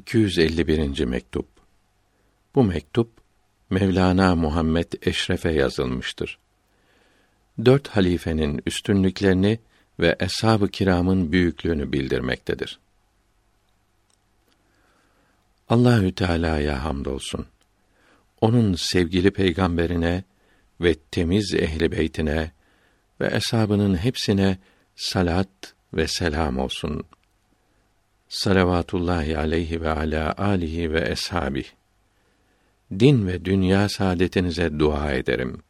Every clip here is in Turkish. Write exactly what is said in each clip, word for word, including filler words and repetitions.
iki yüz elli birinci mektup. Bu mektup Mevlana Muhammed Eşref'e yazılmıştır. Dört halifenin üstünlüklerini ve eshab-ı kiramın büyüklüğünü bildirmektedir. Allahü Teala'ya hamdolsun. Onun sevgili peygamberine ve temiz ehli beytine ve eshabının hepsine salat ve selam olsun. Salavatullahi aleyhi ve ala alihi ve eshabih. Din ve dünya saadetinize dua ederim.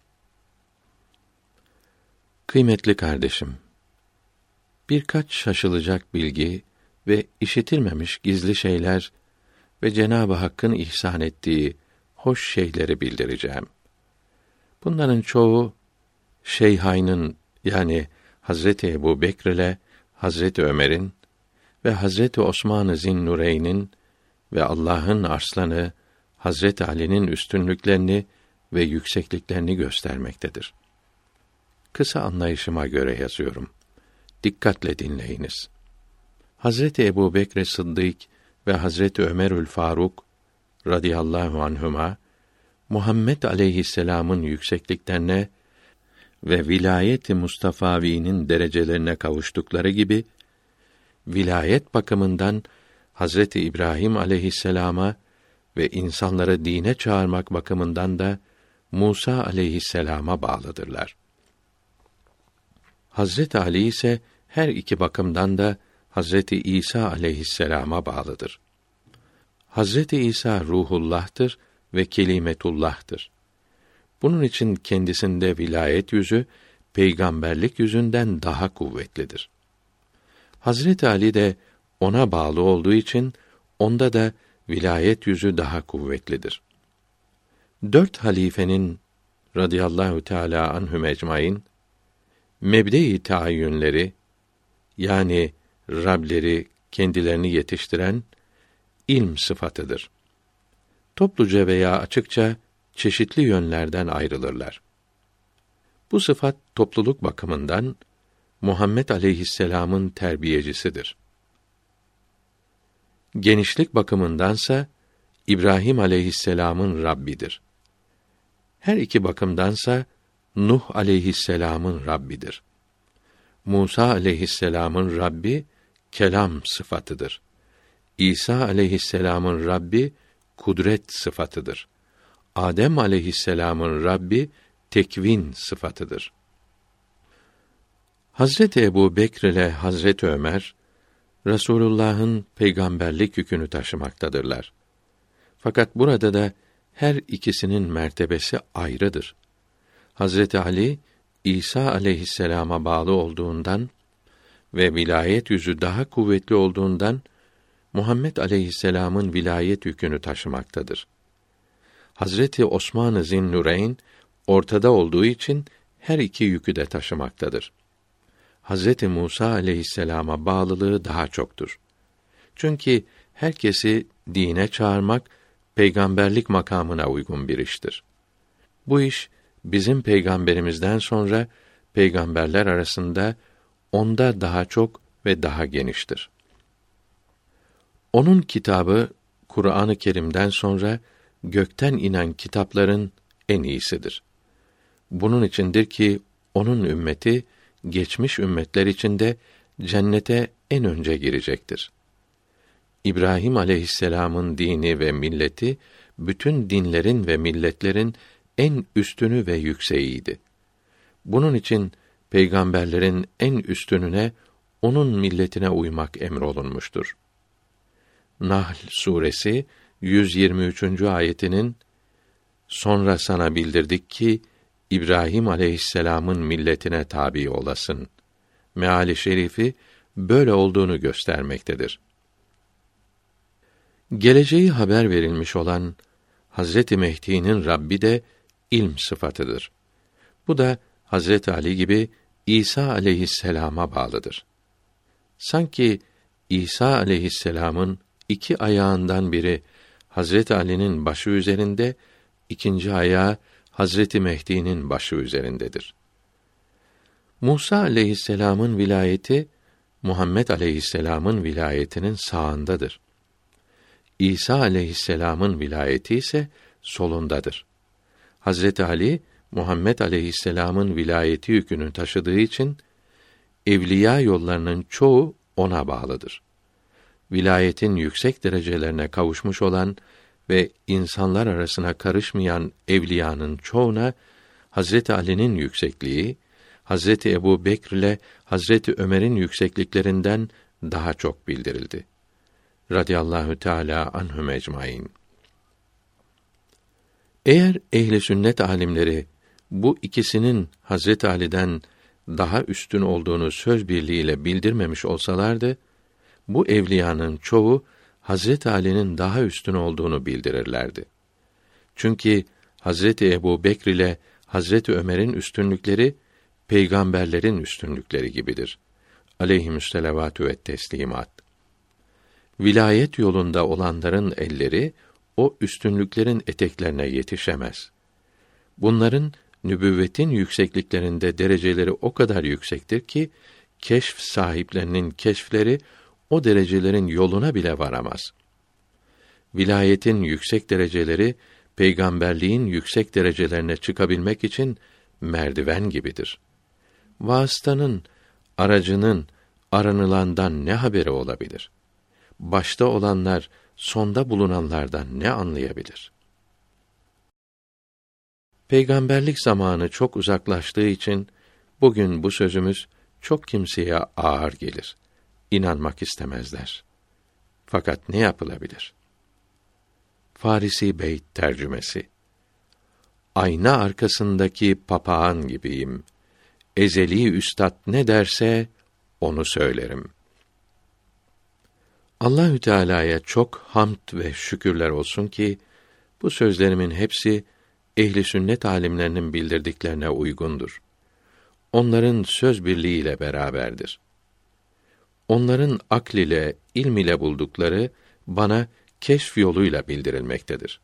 Kıymetli kardeşim, birkaç şaşılacak bilgi ve işitilmemiş gizli şeyler ve Cenab-ı Hakk'ın ihsan ettiği hoş şeyleri bildireceğim. Bunların çoğu Şeyhayn'ın yani Hazreti Ebu Bekr ile Hazreti Ömer'in ve Hazreti Osman-ı Zinnureyn'in ve Allah'ın arslanı Hazreti Ali'nin üstünlüklerini ve yüksekliklerini göstermektedir. Kısa anlayışıma göre yazıyorum. Dikkatle dinleyiniz. Hazreti Ebu Bekr Sıddık ve Hazreti Ömerül Faruk radıyallahu anhuma Muhammed aleyhisselam'ın yüksekliklerine ve vilayet-i Mustafavi'nin derecelerine kavuştukları gibi vilayet bakımından Hazreti İbrahim aleyhisselama ve insanları dine çağırmak bakımından da Musa aleyhisselama bağlıdırlar. Hazreti Ali ise her iki bakımdan da Hazreti İsa aleyhisselama bağlıdır. Hazreti İsa ruhullah'tır ve kelimetullah'tır. Bunun için kendisinde vilayet yüzü peygamberlik yüzünden daha kuvvetlidir. Hazreti Ali de ona bağlı olduğu için onda da vilayet yüzü daha kuvvetlidir. Dört halifenin radıyallahu teâlâ anhum ecmaîn mebde-i taayyünleri yani Rableri kendilerini yetiştiren ilm sıfatıdır. Topluca veya açıkça çeşitli yönlerden ayrılırlar. Bu sıfat topluluk bakımından Muhammed aleyhisselam'ın terbiyecisidir. Genişlik bakımındansa İbrahim aleyhisselam'ın Rabbidir. Her iki bakımdansa Nuh aleyhisselam'ın Rabbidir. Musa aleyhisselam'ın Rabbi kelam sıfatıdır. İsa aleyhisselam'ın Rabbi kudret sıfatıdır. Adem aleyhisselam'ın Rabbi tekvin sıfatıdır. Hazreti Ebu Bekr ile Hazreti Ömer Resulullah'ın peygamberlik yükünü taşımaktadırlar. Fakat burada da her ikisinin mertebesi ayrıdır. Hazreti Ali İsa aleyhisselama bağlı olduğundan ve vilayet yüzü daha kuvvetli olduğundan Muhammed aleyhisselam'ın vilayet yükünü taşımaktadır. Hazreti Osman-ı Zinnureyn ortada olduğu için her iki yükü de taşımaktadır. Hazreti Musa aleyhisselama bağlılığı daha çoktur. Çünkü herkesi dine çağırmak peygamberlik makamına uygun bir iştir. Bu iş bizim peygamberimizden sonra peygamberler arasında onda daha çok ve daha geniştir. Onun kitabı Kur'an-ı Kerim'den sonra gökten inen kitapların en iyisidir. Bunun içindir ki onun ümmeti geçmiş ümmetler içinde cennete en önce girecektir. İbrahim aleyhisselam'ın dini ve milleti bütün dinlerin ve milletlerin en üstünü ve yükseğiydi. Bunun için peygamberlerin en üstününe onun milletine uymak emrolunmuştur. Nahl suresi yüz yirmi üçüncü ayetinin sonra sana bildirdik ki İbrahim aleyhisselam'ın milletine tabi olasın meali şerifi böyle olduğunu göstermektedir. Geleceği haber verilmiş olan Hazreti Mehdi'nin Rabbi de ilm sıfatıdır. Bu da Hazreti Ali gibi İsa aleyhisselama bağlıdır. Sanki İsa aleyhisselam'ın iki ayağından biri Hazreti Ali'nin başı üzerinde, ikinci ayağı Hazreti Mehdi'nin başı üzerindedir. Musa aleyhisselam'ın vilayeti Muhammed aleyhisselam'ın vilayetinin sağındadır. İsa aleyhisselam'ın vilayeti ise solundadır. Hazreti Ali, Muhammed aleyhisselam'ın vilayeti yükünü taşıdığı için, evliya yollarının çoğu ona bağlıdır. Vilayetin yüksek derecelerine kavuşmuş olan ve insanlar arasına karışmayan evliyanın çoğuna, Hazreti Ali'nin yüksekliği, Hazreti Ebu Bekr ile Hazreti Ömer'in yüksekliklerinden daha çok bildirildi. Radiyallahu teâlâ anhum ecmaîn. Eğer ehli sünnet alimleri bu ikisinin Hazreti Ali'den daha üstün olduğunu söz birliğiyle bildirmemiş olsalardı, bu evliyanın çoğu Hazreti Ali'nin daha üstün olduğunu bildirirlerdi. Çünkü Hazreti Ebu Bekr ile Hazreti Ömer'in üstünlükleri peygamberlerin üstünlükleri gibidir. Aleyhimüsselavatü ve teslimat. Vilayet yolunda olanların elleri o üstünlüklerin eteklerine yetişemez. Bunların nübüvvetin yüksekliklerinde dereceleri o kadar yüksektir ki keşf sahiplerinin keşfleri o derecelerin yoluna bile varamaz. Vilayetin yüksek dereceleri peygamberliğin yüksek derecelerine çıkabilmek için merdiven gibidir. Vasıtanın, aracının aranılandan ne haberi olabilir? Başta olanlar sonda bulunanlardan ne anlayabilir? Peygamberlik zamanı çok uzaklaştığı için bugün bu sözümüz çok kimseye ağır gelir. İnanmak istemezler. Fakat ne yapılabilir? Farisi Beyt tercümesi. Ayna arkasındaki papağan gibiyim. Ezeli üstad ne derse onu söylerim. Allahü Teala'ya çok hamd ve şükürler olsun ki bu sözlerimin hepsi ehli sünnet alimlerinin bildirdiklerine uygundur. Onların söz birliğiyle beraberdir. Onların akl ile, ilm ile buldukları bana keşf yoluyla bildirilmektedir.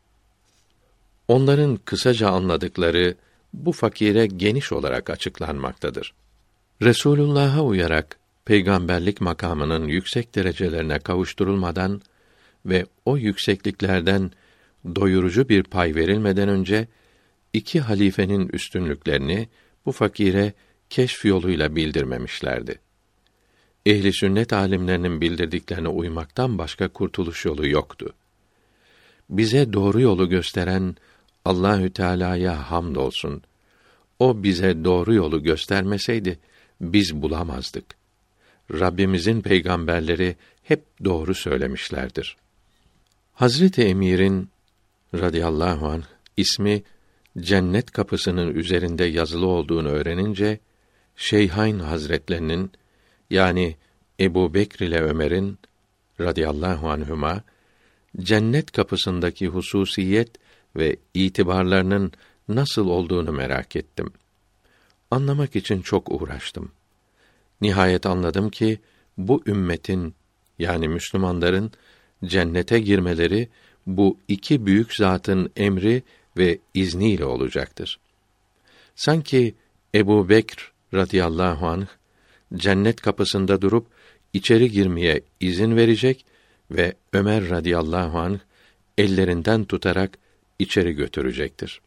Onların kısaca anladıkları bu fakire geniş olarak açıklanmaktadır. Resulullah'a uyarak peygamberlik makamının yüksek derecelerine kavuşturulmadan ve o yüksekliklerden doyurucu bir pay verilmeden önce iki halifenin üstünlüklerini bu fakire keşf yoluyla bildirmemişlerdi. Ehli sünnet alimlerinin bildirdiklerine uymaktan başka kurtuluş yolu yoktu. Bize doğru yolu gösteren Allahü Teala'ya hamdolsun. O bize doğru yolu göstermeseydi biz bulamazdık. Rabbimizin peygamberleri hep doğru söylemişlerdir. Hazreti Emir'in radıyallahu anh ismi cennet kapısının üzerinde yazılı olduğunu öğrenince Şeyhain Hazretlerinin yani Ebu Bekr ile Ömer'in radıyallahu anhuma cennet kapısındaki hususiyet ve itibarlarının nasıl olduğunu merak ettim. Anlamak için çok uğraştım. Nihayet anladım ki bu ümmetin yani Müslümanların cennete girmeleri bu iki büyük zatın emri ve izniyle olacaktır. Sanki Ebu Bekr radıyallahu anh cennet kapısında durup içeri girmeye izin verecek ve Ömer radıyallahu anh ellerinden tutarak içeri götürecektir.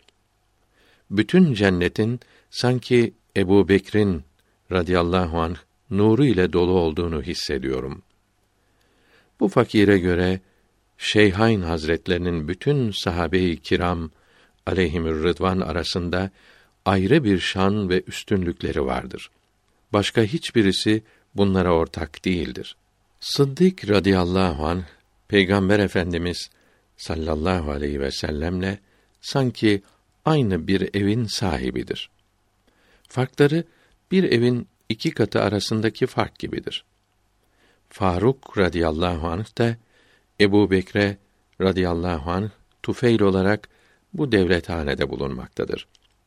Bütün cennetin sanki Ebu Bekr'in radıyallahu anh nuru ile dolu olduğunu hissediyorum. Bu fakire göre Şeyhain Hazretlerinin bütün sahabe-i kiram aleyhimür rıdvan arasında ayrı bir şan ve üstünlükleri vardır. Başka hiçbirisi bunlara ortak değildir. Sıddık radıyallahu anh Peygamber Efendimiz sallallahu aleyhi ve sellemle sanki aynı bir evin sahibidir. Farkları bir evin iki katı arasındaki fark gibidir. Faruk radıyallahu anh da Ebu Bekre radıyallahu anh tufeyl olarak bu devlethanede bulunmaktadır.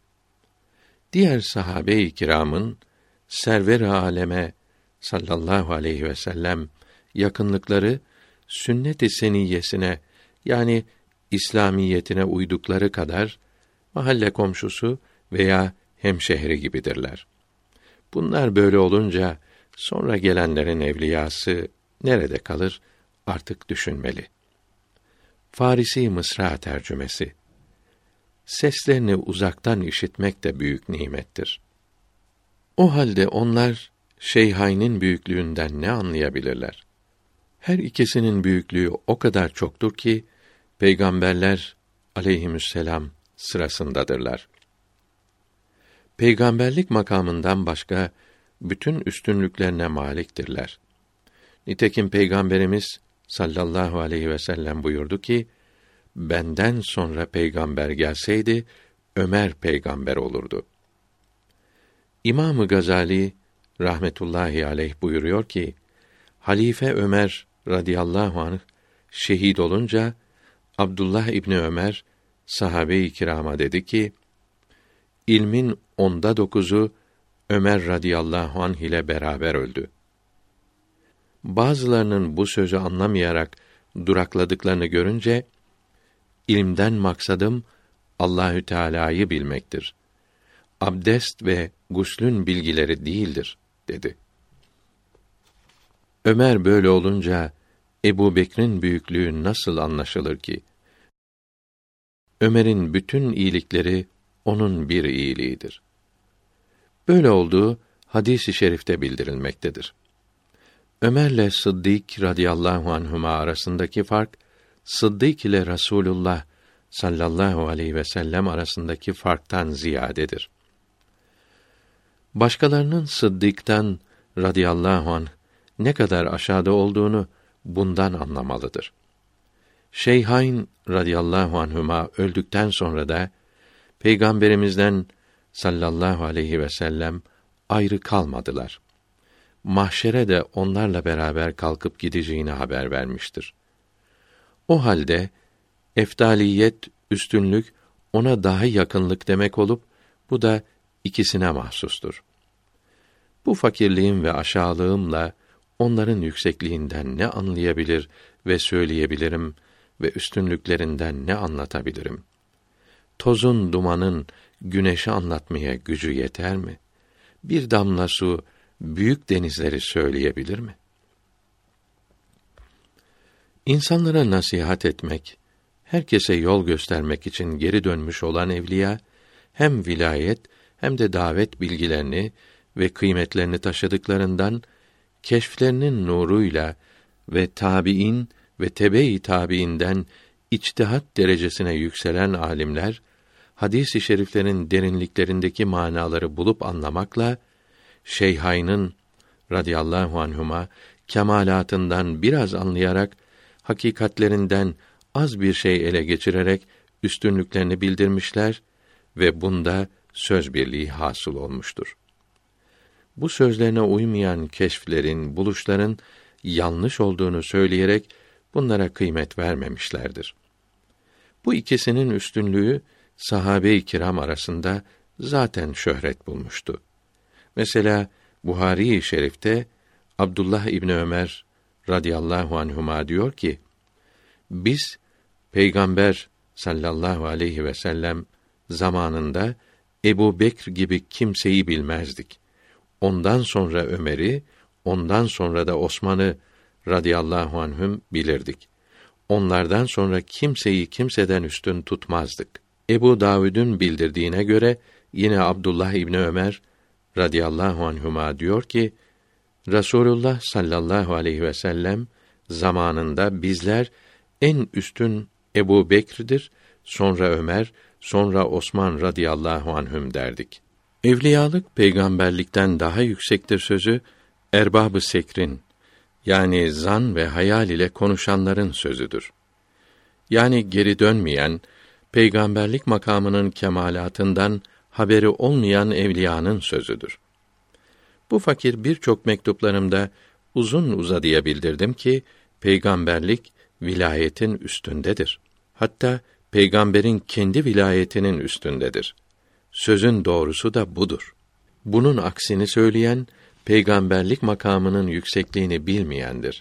Diğer sahabe-i kiramın server-i aleme sallallahu aleyhi ve sellem yakınlıkları sünnet-i seniyyesine yani İslamiyetine uydukları kadar mahalle komşusu veya hemşehri gibidirler. Bunlar böyle olunca sonra gelenlerin evliyası nerede kalır artık düşünmeli. Farisi Mısra tercümesi. Seslerini uzaktan işitmek de büyük nimettir. O halde onlar Şeyhayn'in büyüklüğünden ne anlayabilirler? Her ikisinin büyüklüğü o kadar çoktur ki peygamberler aleyhisselam sırasındadırlar. Peygamberlik makamından başka bütün üstünlüklerine maliktirler. Nitekim Peygamberimiz sallallahu aleyhi ve sellem buyurdu ki, benden sonra peygamber gelseydi Ömer peygamber olurdu. İmam-ı Gazali rahmetullahi aleyh buyuruyor ki, Halife Ömer radıyallahu anh şehit olunca Abdullah İbni Ömer sahabe-i kirama dedi ki, ilmin onda dokuzu Ömer radıyallahu anh ile beraber öldü. Bazılarının bu sözü anlamayarak durakladıklarını görünce, İlimden maksadım Allahü Teala'yı bilmektir. Abdest ve guslün bilgileri değildir dedi. Ömer böyle olunca Ebu Bekir'in büyüklüğü nasıl anlaşılır ki? Ömer'in bütün iyilikleri onun bir iyiliğidir. Böyle olduğu hadis-i şerifte bildirilmektedir. Ömer'le Sıddık radıyallahu anhuma arasındaki fark, Sıddık ile Rasulullah sallallahu aleyhi ve sellem arasındaki farktan ziyadedir. Başkalarının Sıddık'tan radıyallahu anh ne kadar aşağıda olduğunu bundan anlamalıdır. Şeyhayn radıyallahu anhuma öldükten sonra da Peygamberimizden sallallahu aleyhi ve sellem ayrı kalmadılar. Mahşere de onlarla beraber kalkıp gideceğini haber vermiştir. O halde efdaliyet, üstünlük ona daha yakınlık demek olup bu da ikisine mahsustur. Bu fakirliğim ve aşağılığımla onların yüksekliğinden ne anlayabilir ve söyleyebilirim ve üstünlüklerinden ne anlatabilirim? Tozun, dumanın güneşi anlatmaya gücü yeter mi? Bir damla su büyük denizleri söyleyebilir mi? İnsanlara nasihat etmek, herkese yol göstermek için geri dönmüş olan evliya, hem vilayet hem de davet bilgilerini ve kıymetlerini taşıdıklarından, keşflerinin nuruyla ve tabiin ve tebe-i tabiinden içtihat derecesine yükselen alimler, hadis-i şeriflerin derinliklerindeki manaları bulup anlamakla, Şeyhayn'ın radıyallahu anhuma kemalatından biraz anlayarak, hakikatlerinden az bir şey ele geçirerek üstünlüklerini bildirmişler ve bunda söz birliği hasıl olmuştur. Bu sözlerine uymayan keşflerin, buluşların yanlış olduğunu söyleyerek bunlara kıymet vermemişlerdir. Bu ikisinin üstünlüğü sahabe-i kiram arasında zaten şöhret bulmuştu. Mesela Buhari-i Şerif'te Abdullah İbni Ömer radıyallahu anhuma diyor ki, biz Peygamber sallallahu aleyhi ve sellem zamanında Ebu Bekr gibi kimseyi bilmezdik. Ondan sonra Ömer'i, ondan sonra da Osman'ı radıyallahu anhüm bilirdik. Onlardan sonra kimseyi kimseden üstün tutmazdık. Ebu Davud'un bildirdiğine göre yine Abdullah İbni Ömer radıyallahu anhuma diyor ki, Rasulullah sallallahu aleyhi ve sellem zamanında bizler en üstün Ebu Bekir'dir, sonra Ömer, sonra Osman radıyallahu anhüm derdik. Evliyalık peygamberlikten daha yüksektir sözü erbab-ı sekrin, yani zan ve hayal ile konuşanların sözüdür. Yani geri dönmeyen, peygamberlik makamının kemalatından haberi olmayan evliyanın sözüdür. Bu fakir birçok mektuplarımda uzun uzadıya bildirdim ki peygamberlik vilayetin üstündedir. Hatta peygamberin kendi vilayetinin üstündedir. Sözün doğrusu da budur. Bunun aksini söyleyen peygamberlik makamının yüksekliğini bilmeyendir.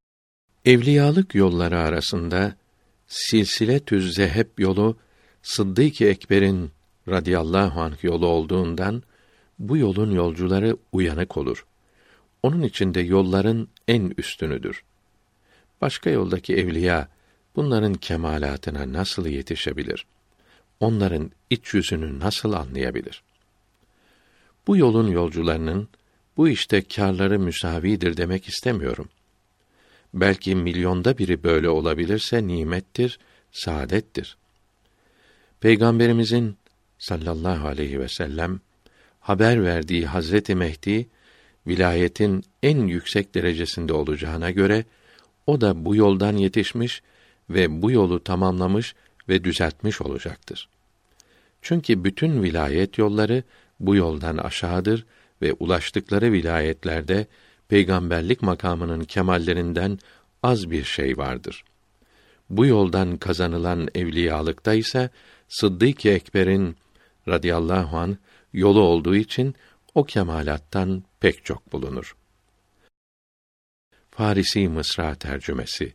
Evliyalık yolları arasında silsile-tüz zeheb yolu Sıddık-ı Ekber'in radıyallahu anh yolu olduğundan bu yolun yolcuları uyanık olur. Onun için de yolların en üstünüdür. Başka yoldaki evliya bunların kemalatına nasıl yetişebilir? Onların iç yüzünü nasıl anlayabilir? Bu yolun yolcularının bu işte kârları müsavidir demek istemiyorum. Belki milyonda biri böyle olabilirse nimettir, saadettir. Peygamberimizin sallallahu aleyhi ve sellem haber verdiği Hazreti Mehdi vilayetin en yüksek derecesinde olacağına göre o da bu yoldan yetişmiş ve bu yolu tamamlamış ve düzeltmiş olacaktır. Çünkü bütün vilayet yolları bu yoldan aşağıdır ve ulaştıkları vilayetlerde peygamberlik makamının kemallerinden az bir şey vardır. Bu yoldan kazanılan evliyalıkta ise Sıddık-ı Ekber'in radıyallahu anh yolu olduğu için o kemalattan pek çok bulunur. Farisi Mısra tercümesi.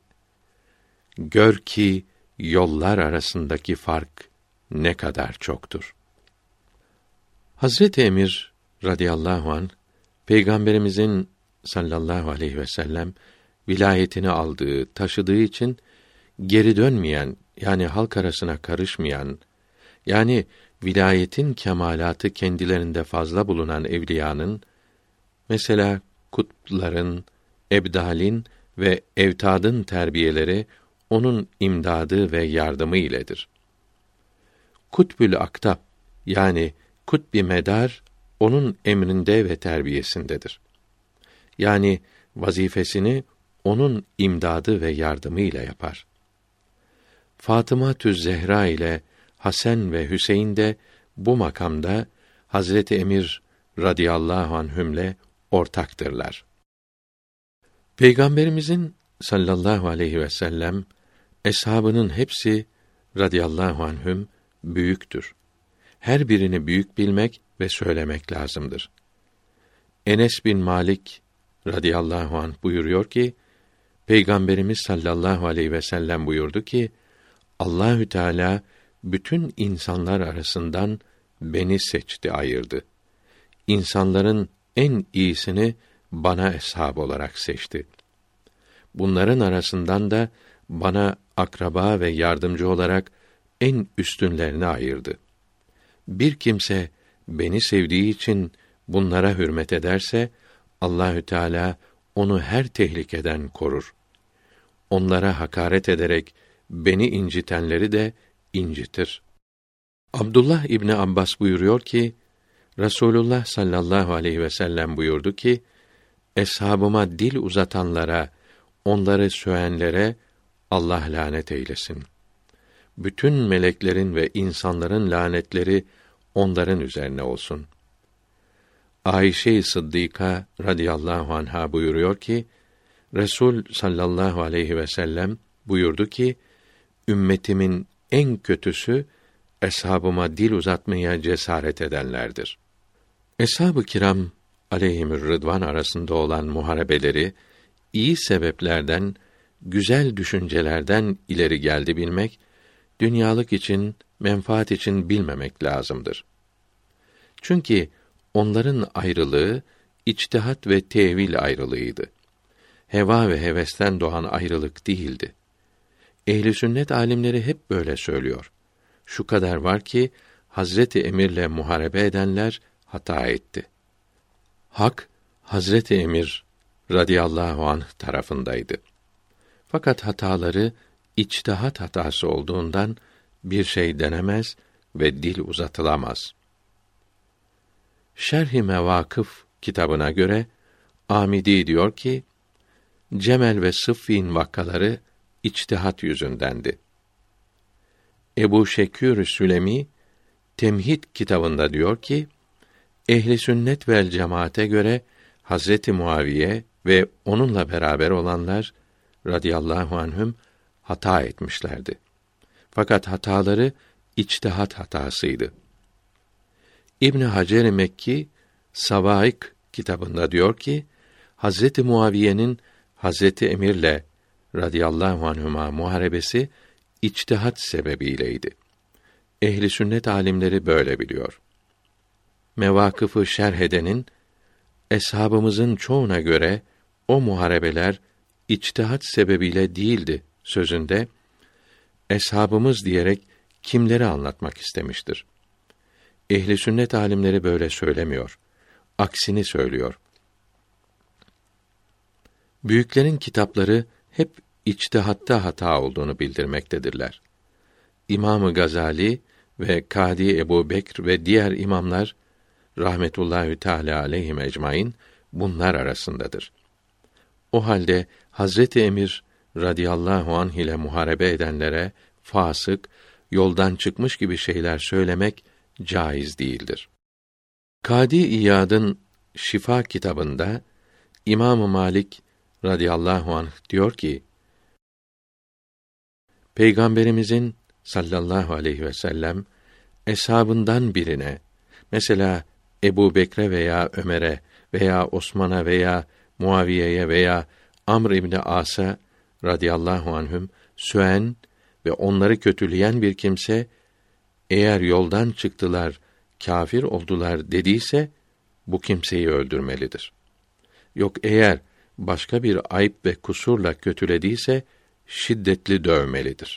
Gör ki yollar arasındaki fark ne kadar çoktur. Hazreti Emir radıyallahu anh Peygamberimizin sallallahu aleyhi ve sellem vilayetini aldığı, taşıdığı için geri dönmeyen, yani halk arasına karışmayan, yani vilayetin kemalatı kendilerinde fazla bulunan evliyanın, mesela kutupların, ebdalin ve evtadın terbiyeleri onun imdadı ve yardımı iledir. Kutbül aktab, yani kutb-i medar onun emrinde ve terbiyesindedir. Yani vazifesini onun imdadı ve yardımı ile yapar. Fatıma-tüz Zehra ile Hasan ve Hüseyin de bu makamda Hazreti Emir radıyallahu anhümle ortaktırlar. Peygamberimizin sallallahu aleyhi ve sellem eshabının hepsi radıyallahu anhüm büyüktür. Her birini büyük bilmek ve söylemek lazımdır. Enes bin Malik radıyallahu anh buyuruyor ki, Peygamberimiz sallallahu aleyhi ve sellem buyurdu ki, Allahü Teala bütün insanlar arasından beni seçti, ayırdı. İnsanların en iyisini bana eshab olarak seçti. Bunların arasından da bana akraba ve yardımcı olarak en üstünlerini ayırdı. Bir kimse beni sevdiği için bunlara hürmet ederse Allahü Teala onu her tehlikeden korur. Onlara hakaret ederek beni incitenleri de incitir. Abdullah İbni Abbas buyuruyor ki, Resulullah sallallahu aleyhi ve sellem buyurdu ki, eshabıma dil uzatanlara, onları sövenlere Allah lanet eylesin. Bütün meleklerin ve insanların lanetleri onların üzerine olsun. Ayşe-i Sıddîka radıyallahu anha buyuruyor ki, Resul sallallahu aleyhi ve sellem buyurdu ki, ümmetimin en kötüsü eshabıma dil uzatmaya cesaret edenlerdir. Eshab-ı kiram aleyhimür rıdvan arasında olan muharebeleri iyi sebeplerden, güzel düşüncelerden ileri geldi bilmek, dünyalık için, menfaat için bilmemek lazımdır. Çünkü onların ayrılığı içtihat ve tevil ayrılığıydı. Heva ve hevesten doğan ayrılık değildi. Ehli sünnet alimleri hep böyle söylüyor. Şu kadar var ki Hazreti Emir'le muharebe edenler hata etti. Hak Hazreti Emir radıyallahu anh tarafındaydı. Fakat hataları içtihat hatası olduğundan bir şey denemez ve dil uzatılamaz. Şerh-i Mevâkıf kitabına göre Amidi diyor ki, Cemel ve Sıffîn vakkaları içtihat yüzündendi. Ebu Şekür Sülemi Temhid kitabında diyor ki, ehli sünnet vel cemaate göre Hazreti Muaviye ve onunla beraber olanlar radıyallahu anhüm hata etmişlerdi. Fakat hataları içtihat hatasıydı. İbn Hacer Mekki Savaik kitabında diyor ki, Hazreti Muaviye'nin Hazreti Emir'le radıyallahu anhuma muharebesi içtihat sebebiyleydi. Ehli sünnet alimleri böyle biliyor. Mevakıfı şerh edenin, eshabımızın çoğuna göre o muharebeler içtihat sebebiyle değildi sözünde, eshabımız diyerek kimleri anlatmak istemiştir? Ehli sünnet alimleri böyle söylemiyor. Aksini söylüyor. Büyüklerin kitapları hep içtihatta hata olduğunu bildirmektedirler. İmam-ı Gazali ve Kadi Ebu Bekr ve diğer imamlar rahmetullahi teâlâ aleyhim ecmaîn bunlar arasındadır. O halde Hazreti Emir radıyallahu anh ile muharebe edenlere fasık, yoldan çıkmış gibi şeyler söylemek caiz değildir. Kadi İyad'ın Şifa kitabında İmam-ı Malik radıyallahu anh diyor ki: Peygamberimizin sallallahu aleyhi ve sellem eshabından birine, mesela Ebu Bekre veya Ömer'e veya Osman'a veya Muaviye'ye veya Amr İbni As'a radıyallahu anhüm söven ve onları kötüleyen bir kimse, eğer yoldan çıktılar, kâfir oldular dediyse, bu kimseyi öldürmelidir. Yok eğer başka bir ayıp ve kusurla kötülediyse, şiddetli dövmelidir.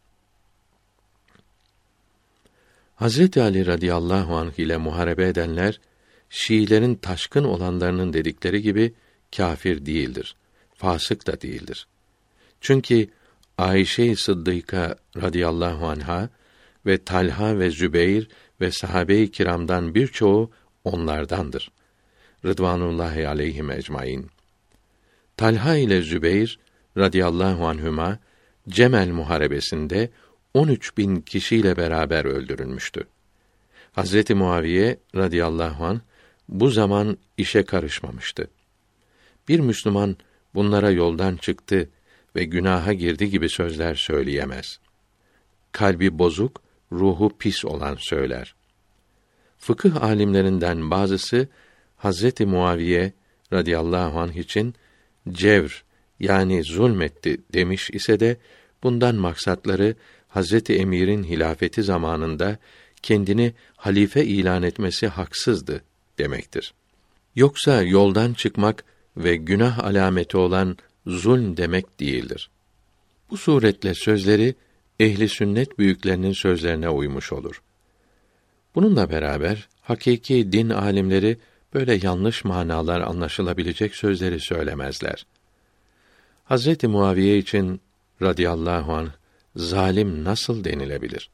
Hazreti Ali radıyallahu anh ile muharebe edenler, Şiilerin taşkın olanlarının dedikleri gibi kâfir değildir, fasık da değildir. Çünkü Ayşe-i Sıddıka radıyallahu anha ve Talha ve Zübeyr ve sahabe-i kiramdan birçoğu onlardandır. Rıdvanullahi aleyhim ecmaîn. Talha ile Zübeyr radıyallahu anhuma Cemel muharebesinde on üç bin kişiyle beraber öldürülmüştü. Hazreti Muaviye radıyallahu anh bu zaman işe karışmamıştı. Bir Müslüman bunlara yoldan çıktı ve günaha girdi gibi sözler söyleyemez. Kalbi bozuk, ruhu pis olan söyler. Fıkıh alimlerinden bazısı Hazreti Muaviye radıyallahu anh için cevr yani zulmetti demiş ise de bundan maksatları Hazreti Emir'in hilafeti zamanında kendini halife ilan etmesi haksızdı demektir. Yoksa yoldan çıkmak ve günah alameti olan zulm demek değildir. Bu suretle sözleri ehli sünnet büyüklerinin sözlerine uymuş olur. Bununla beraber hakiki din alimleri böyle yanlış manalar anlaşılabilecek sözleri söylemezler. Hazreti Muaviye için radıyallahu anh zalim nasıl denilebilir?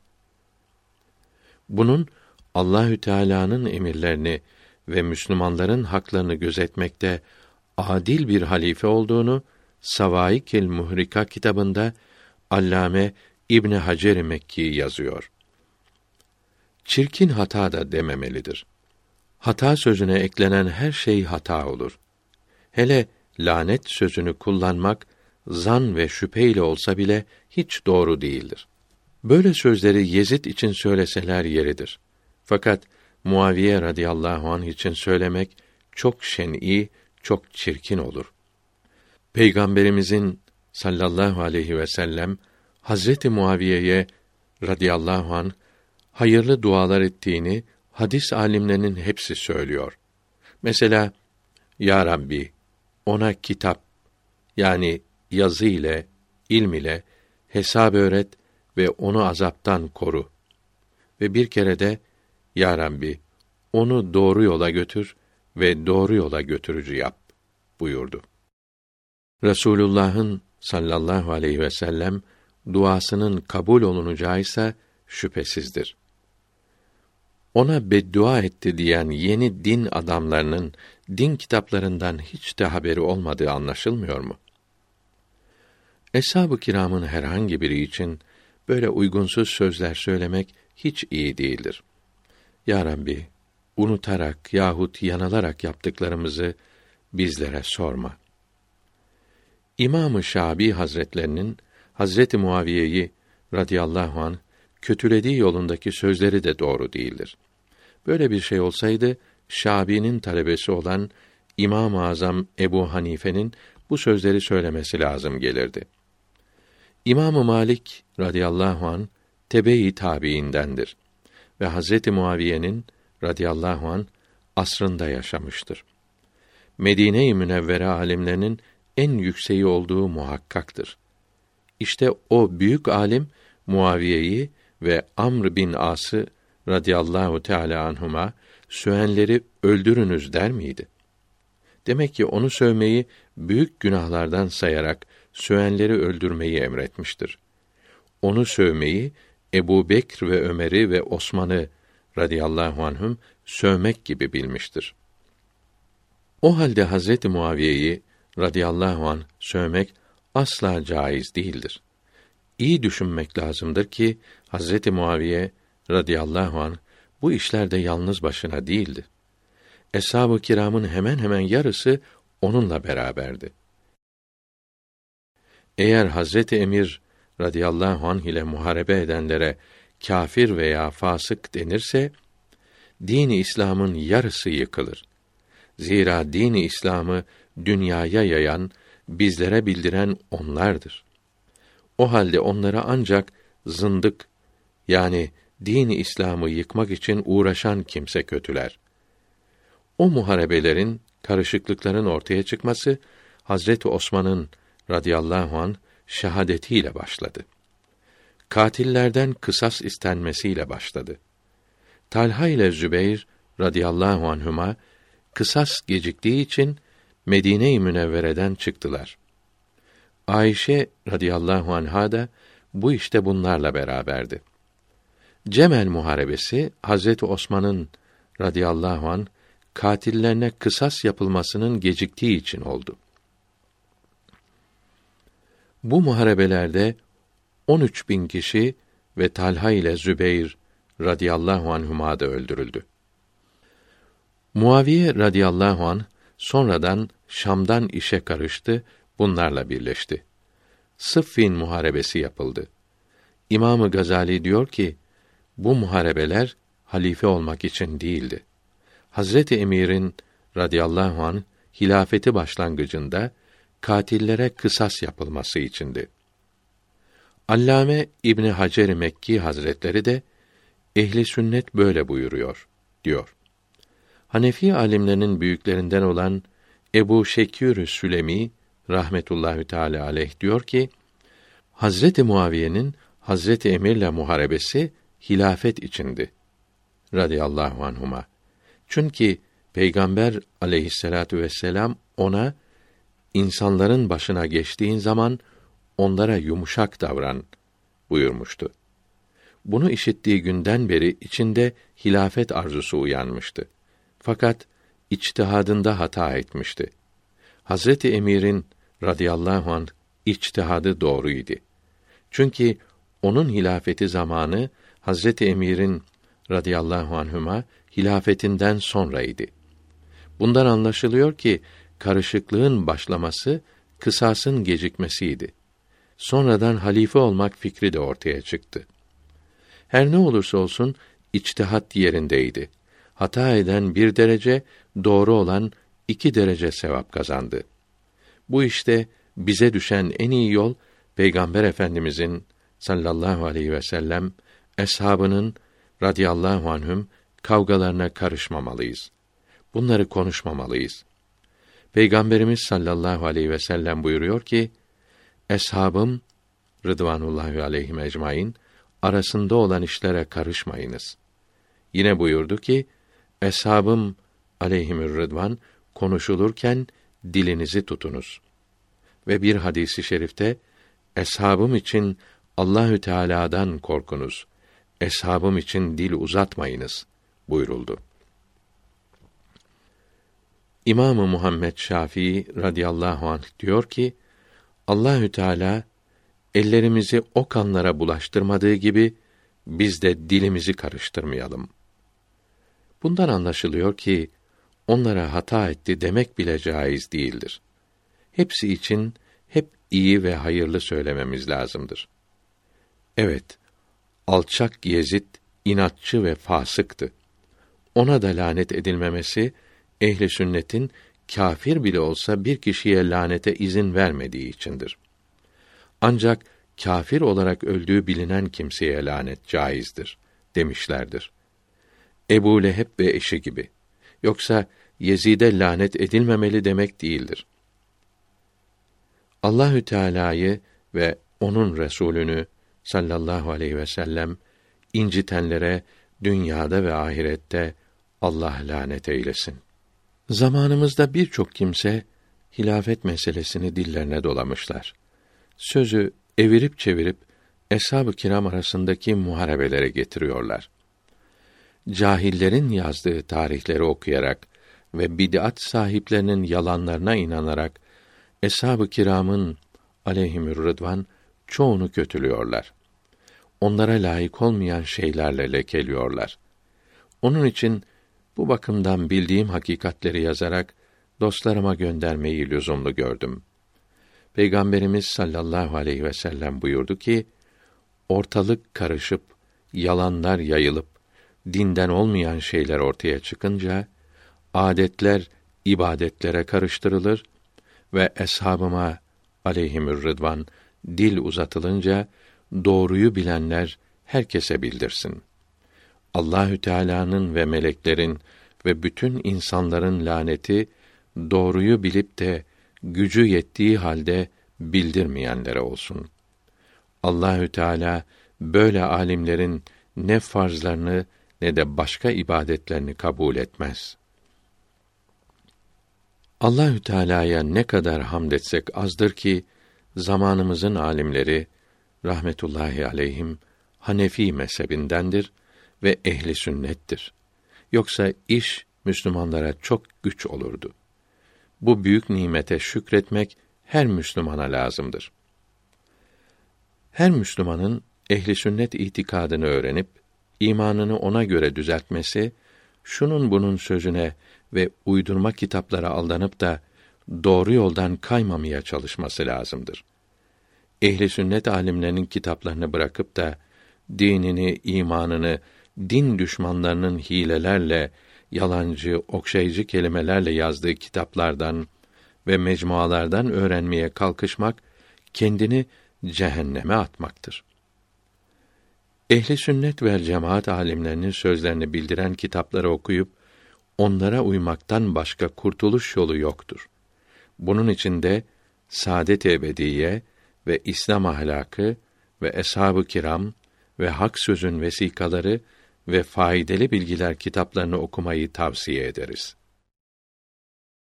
Bunun Allahü Teala'nın emirlerini ve Müslümanların haklarını gözetmekte adil bir halife olduğunu Savaikil Muhrika kitabında Allame İbn Hacer Mekki yazıyor. Çirkin hata da dememelidir. Hata sözüne eklenen her şey hata olur. Hele lanet sözünü kullanmak zan ve şüpheyle olsa bile hiç doğru değildir. Böyle sözleri Yezid için söyleseler yeridir. Fakat Muaviye radıyallahu anh için söylemek çok şen'i, çok çirkin olur. Peygamberimizin sallallahu aleyhi ve sellem Hazreti Muaviye'ye radıyallahu anh hayırlı dualar ettiğini hadis alimlerinin hepsi söylüyor. Mesela Ya Rabbi ona kitap yani yazı ile, ilm ile hesap öğret ve onu azaptan koru. Ve bir kere de Ya Rabbi onu doğru yola götür ve doğru yola götürücü yap buyurdu. Resulullah'ın sallallahu aleyhi ve sellem duasının kabul olunacağı ise şüphesizdir. Ona beddua etti diyen yeni din adamlarının din kitaplarından hiç de haberi olmadığı anlaşılmıyor mu? Eshab-ı kiramın herhangi biri için böyle uygunsuz sözler söylemek hiç iyi değildir. Ya Rabbi, unutarak yahut yanılarak yaptıklarımızı bizlere sorma. İmam-ı Şabi Hazretlerinin Hazreti Muaviye'yi radıyallahu anh kötülediği yolundaki sözleri de doğru değildir. Böyle bir şey olsaydı Şabi'nin talebesi olan İmam-ı Azam Ebu Hanife'nin bu sözleri söylemesi lazım gelirdi. İmam-ı Malik radıyallahu anh tebe-i tabiindendir ve Hazreti Muaviye'nin radıyallahu anh asrında yaşamıştır. Medine-i Münevvere alimlerinin en yükseği olduğu muhakkaktır. İşte o büyük alim Muaviye'yi ve Amr bin As'ı radıyallahu teâlâ anhuma sövenleri öldürünüz der miydi? Demek ki onu sövmeyi büyük günahlardan sayarak sövenleri öldürmeyi emretmiştir. Onu sövmeyi Ebu Bekr ve Ömer'i ve Osman'ı radıyallahu anhum sövmek gibi bilmiştir. O halde Hazreti Muaviye'yi radıyallahu anh sövmek asla caiz değildir. İyi düşünmek lazımdır ki Hazreti Muaviye radıyallahu anh bu işlerde yalnız başına değildi. Eshab-ı kiramın hemen hemen yarısı onunla beraberdi. Eğer Hazreti Emir radıyallahu anh ile muharebe edenlere kâfir veya fasık denirse, din-i İslam'ın yarısı yıkılır. Zira din-i İslam'ı dünyaya yayan, bizlere bildiren onlardır. O halde onlara ancak zındık, yani din-i İslam'ı yıkmak için uğraşan kimse kötüler. O muharebelerin, karışıklıkların ortaya çıkması, Hazreti Osman'ın radıyallahu anh şehadetiyle başladı. Katillerden kısas istenmesiyle başladı. Talha ile Zübeyr radıyallahu anhuma kısas geciktiği için Medine-i Münevvere'den çıktılar. Ayşe radıyallahu anha da bu işte bunlarla beraberdi. Cemel muharebesi Hazreti Osman'ın radıyallahu anh katillerine kısas yapılmasının geciktiği için oldu. Bu muharebelerde on üç bin kişi ve Talha ile Zübeyr radıyallahu anhuma da öldürüldü. Muaviye radıyallahu anh sonradan Şam'dan işe karıştı, bunlarla birleşti. Sıffin muharebesi yapıldı. İmam-ı Gazali diyor ki, bu muharebeler halife olmak için değildi. Hazreti Emir'in radıyallahu anh hilafeti başlangıcında katillere kısas yapılması içindi. Allame İbn Hacer Mekki Hazretleri de ehli sünnet böyle buyuruyor diyor. Hanefi alimlerinin büyüklerinden olan Ebu Şekür Sülemi rahmetullahi teala aleyh diyor ki, Hazreti Muaviye'nin Hazreti Emir'le muharebesi hilafet içindi radıyallahu anhuma. Çünkü Peygamber aleyhissalatu vesselam ona insanların başına geçtiğin zaman onlara yumuşak davran buyurmuştu. Bunu işittiği günden beri içinde hilafet arzusu uyanmıştı. Fakat içtihadında hata etmişti. Hazreti Emir'in radıyallahu anh içtihadı doğruydu. Çünkü onun hilafeti zamanı Hazreti Emir'in radıyallahu anhuma hilafetinden sonraydı. Bundan anlaşılıyor ki karışıklığın başlaması kısasın gecikmesiydi. Sonradan halife olmak fikri de ortaya çıktı. Her ne olursa olsun içtihat yerindeydi. Hata eden bir derece, doğru olan iki derece sevap kazandı. Bu işte bize düşen en iyi yol Peygamber Efendimizin sallallahu aleyhi ve sellem eshabının radıyallahu anhum kavgalarına karışmamalıyız. Bunları konuşmamalıyız. Peygamberimiz sallallahu aleyhi ve sellem buyuruyor ki, eshabım rıdvanullahi aleyhim ecmaîn arasında olan işlere karışmayınız. Yine buyurdu ki, eshabım aleyhimür rıdvan konuşulurken dilinizi tutunuz. Ve bir hadisi şerifte, eshabım için Allahü Teala'dan korkunuz. Eshabım için dil uzatmayınız buyuruldu. İmam-ı Muhammed Şafii radıyallahu anh diyor ki, Allahü Teala ellerimizi o kanlara bulaştırmadığı gibi biz de dilimizi karıştırmayalım. Bundan anlaşılıyor ki onlara hata etti demek bile caiz değildir. Hepsi için hep iyi ve hayırlı söylememiz lazımdır. Evet, alçak Yezid inatçı ve fasıktı. Ona da lanet edilmemesi ehli sünnetin kâfir bile olsa bir kişiye lanete izin vermediği içindir. Ancak kâfir olarak öldüğü bilinen kimseye lanet caizdir demişlerdir. Ebu Leheb ve eşi gibi. Yoksa Yezid'e lanet edilmemeli demek değildir. Allahü Teala'yı ve onun Resulünü sallallahu aleyhi ve sellem incitenlere dünyada ve ahirette Allah lanet eylesin. Zamanımızda birçok kimse hilafet meselesini dillerine dolamışlar. Sözü evirip çevirip eshab-ı kiram arasındaki muharebelere getiriyorlar. Cahillerin yazdığı tarihleri okuyarak ve bid'at sahiplerinin yalanlarına inanarak eshab-ı kiramın aleyhimür rıdvan çoğunu kötülüyorlar. Onlara layık olmayan şeylerle lekeliyorlar. Onun için bu bakımdan bildiğim hakikatleri yazarak dostlarıma göndermeyi lüzumlu gördüm. Peygamberimiz sallallahu aleyhi ve sellem buyurdu ki, ortalık karışıp, yalanlar yayılıp, dinden olmayan şeyler ortaya çıkınca, adetler ibadetlere karıştırılır ve eshabıma aleyhimür rıdvan dil uzatılınca, doğruyu bilenler herkese bildirsin. Allahü Teala'nın ve meleklerin ve bütün insanların laneti, doğruyu bilip de gücü yettiği halde bildirmeyenlere olsun. Allahü Teala böyle alimlerin ne farzlarını ne de başka ibadetlerini kabul etmez. Allahü Teala'ya ne kadar hamd etsek azdır ki zamanımızın alimleri rahmetullahi aleyhim Hanefi mezhebindendir ve ehli sünnettir. Yoksa iş Müslümanlara çok güç olurdu. Bu büyük nimete şükretmek her Müslümana lazımdır. Her Müslümanın ehli sünnet itikadını öğrenip imanını ona göre düzeltmesi, şunun bunun sözüne ve uydurma kitaplara aldanıp da doğru yoldan kaymamaya çalışması lazımdır. Ehli sünnet alimlerinin kitaplarını bırakıp da dinini, imanını din düşmanlarının hilelerle, yalancı, okşayıcı kelimelerle yazdığı kitaplardan ve mecmualardan öğrenmeye kalkışmak kendini cehenneme atmaktır. Ehli sünnet ve cemaat alimlerinin sözlerini bildiren kitapları okuyup onlara uymaktan başka kurtuluş yolu yoktur. Bunun için de saadet-i ebediye ve İslam ahlakı ve eshab-ı kiram ve hak sözün vesikaları ve faydalı bilgiler kitaplarını okumayı tavsiye ederiz.